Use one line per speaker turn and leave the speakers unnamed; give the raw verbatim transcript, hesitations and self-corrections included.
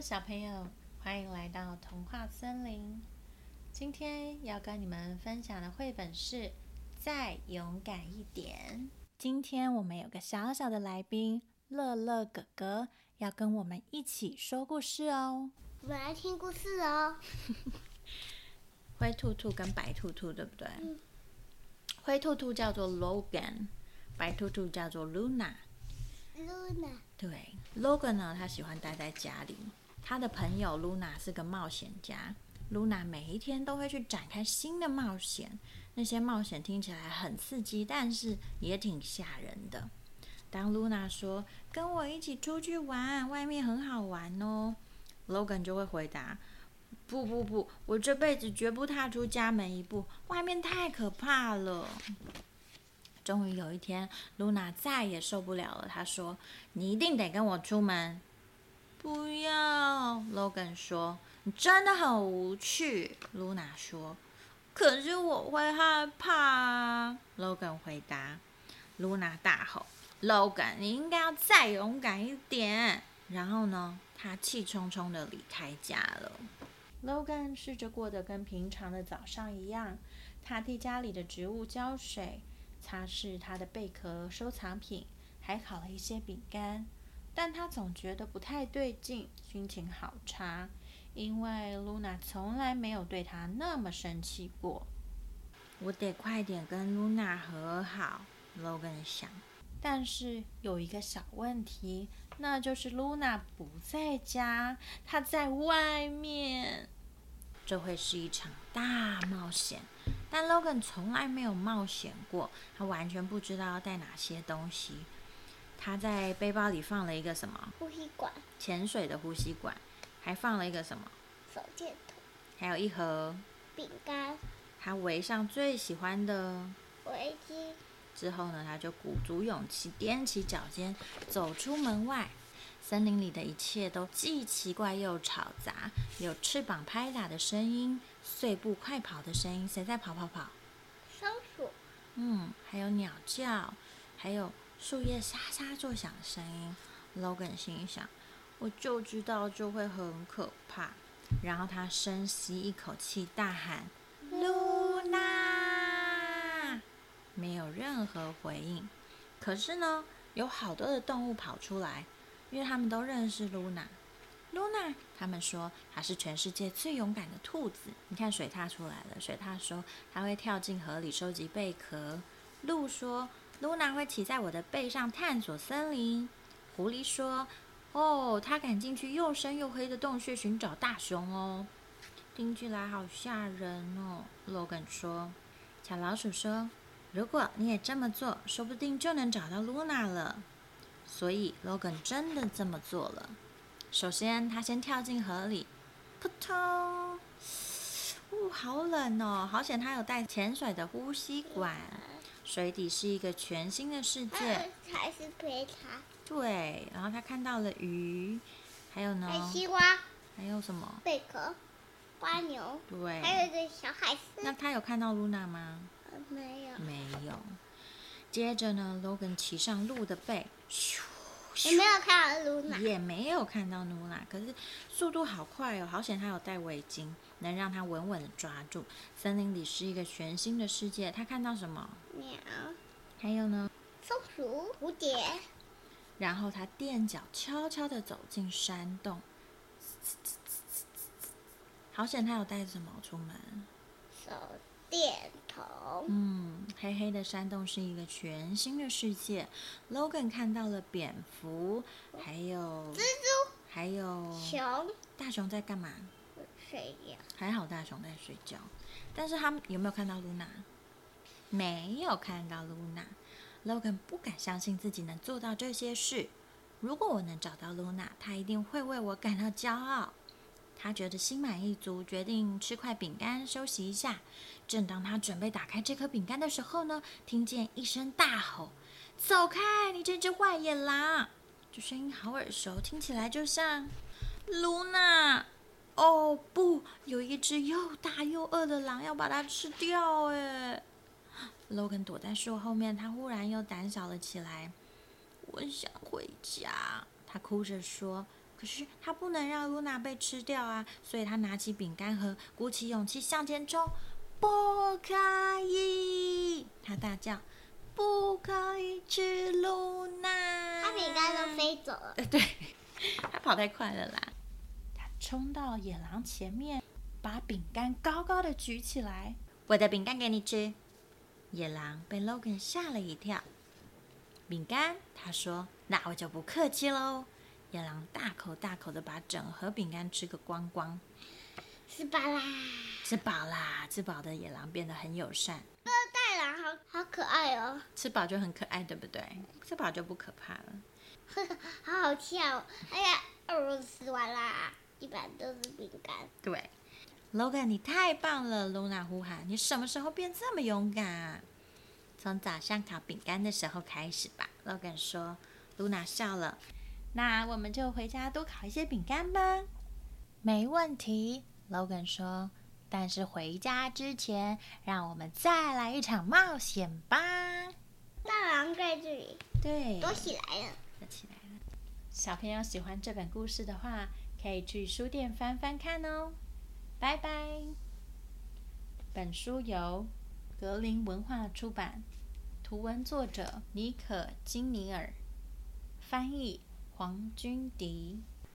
小朋友，欢迎来到童话森林。今天要跟你们分享的绘本是《再勇敢一点》。今天我们有个小小的来宾，乐乐哥哥要跟我们一起说故事哦。
我们来听故事哦。
灰兔兔跟白兔兔，对不对？
嗯、
灰兔兔叫做 Logan， 白兔兔叫做 Luna。Luna。对 ，Logan 呢，他喜欢待在家里。他的朋友 Luna 是个冒险家。Luna 每一天都会去展开新的冒险，那些冒险听起来很刺激，但是也挺吓人的。当 Luna 说“跟我一起出去玩，外面很好玩哦 ”，Logan 就会回答：“不不不，我这辈子绝不踏出家门一步，外面太可怕了。”终于有一天 ，Luna 再也受不了了，她说：“你一定得跟我出门。”不要 ，Logan 说，你真的很无趣。Luna 说，可是我会害怕啊 ，Logan 回答。Luna 大吼 ，Logan， 你应该要再勇敢一点。然后呢，他气冲冲的离开家了。Logan 试着过得跟平常的早上一样，他替家里的植物浇水，擦拭他的贝壳收藏品，还烤了一些饼干。但他总觉得不太对劲，心情好差，因为 Luna 从来没有对他那么生气过。我得快点跟 Luna 和好 ，Logan 想。但是有一个小问题，那就是 Luna 不在家，她在外面。这会是一场大冒险，但 Logan 从来没有冒险过，他完全不知道要带哪些东西。他在背包里放了一个什么？
呼吸管。
潜水的呼吸管，还放了一个什么？
手电筒。
还有一盒
饼干。
他围上最喜欢的
围巾。
之后呢，他就鼓足勇气，踮起脚尖，走出门外。森林里的一切都既奇怪又吵杂，有翅膀拍打的声音，碎步快跑的声音。谁在跑跑跑？
松鼠。
嗯，还有鸟叫，还有树叶沙沙作响的声音。Logan 心想，我就知道就会很可怕。然后他深吸一口气，大喊 Luna， 没有任何回应。可是呢，有好多的动物跑出来，因为他们都认识 Luna。Luna， 他们说她是全世界最勇敢的兔子。你看水獭出来了，水獭说它会跳进河里收集贝壳。鹿说Luna 会骑在我的背上探索森林。狐狸说：“哦，它敢进去又深又黑的洞穴寻找大熊哦。”听起来好吓人哦 ，Logan 说。小老鼠说：“如果你也这么做，说不定就能找到 Luna 了。”所以 Logan 真的这么做了。首先，他先跳进河里，扑通！哦，好冷哦，好险他有带潜水的呼吸管。水底是一个全新的世界，
还是陪他。
对，然后他看到了鱼，还有呢？
还有西瓜，
还有什么？
贝壳，蜗牛，
对，
还有一个小海狮。
那他有看到 Luna 吗？
呃、没有，
没有。接着呢 ，Logan 骑上鹿的背，咻，
也没有看到 Luna，
也没有看到 Luna， 可是速度好快哦，好险他有戴围巾，能让他稳稳的抓住。森林里是一个全新的世界，他看到什么？
鸟，
还有呢？
松鼠，蝴蝶。
然后他踮脚悄悄地走进山洞，好险他有带什么出门？
手电筒。
嗯，黑黑的山洞是一个全新的世界。Logan 看到了蝙蝠，还有
蜘蛛，
还有
熊。
大熊在干嘛？
睡觉。
还好大熊在睡觉，但是他们有没有看到 Luna？ 没有看到 Luna。Logan 不敢相信自己能做到这些事。如果我能找到 Luna， 她一定会为我感到骄傲。他觉得心满意足，决定吃块饼干休息一下。正当他准备打开这颗饼干的时候呢，听见一声大吼：“走开，你这只坏野狼！”这声音好耳熟，听起来就像 Luna。哦不，有一只又大又饿的狼要把它吃掉哎！Logan 躲在树后面，他忽然又胆小了起来。我想回家，他哭着说。 可是他不能让露娜被吃掉啊，所以他拿起饼干盒，鼓起勇气向前冲。不可以！他大叫：“不可以吃露娜！”
他饼干都飞走了。
对，他跑太快了啦。他冲到野狼前面，把饼干高高的举起来。我的饼干给你吃。野狼被 Logan 吓了一跳。饼干，他说：“那我就不客气喽。”野狼大口大口的把整盒饼干吃个光光。
吃饱啦！
吃饱啦！吃饱的野狼变得很友善。
这袋狼好好可爱哦。
吃饱就很可爱，对不对？吃饱就不可怕了。
呵呵，好好笑、哦！哎呀，哦，吃完啦，一般都是饼干。
对 ，Logan， 你太棒了！露娜呼喊：“你什么时候变这么勇敢啊？”从早上烤饼干的时候开始吧。Logan 说。露娜笑了。那我们就回家多烤一些饼干吧。没问题。Logan 说，但是回家之前，让我们再来一场冒险吧。
大狼在这里，
对，
躲起来了，
躲起来了。小朋友喜欢这本故事的话，可以去书店翻翻看哦。拜拜。本书由格林文化出版，图文作者妮可·金尼尔，翻译黄君迪。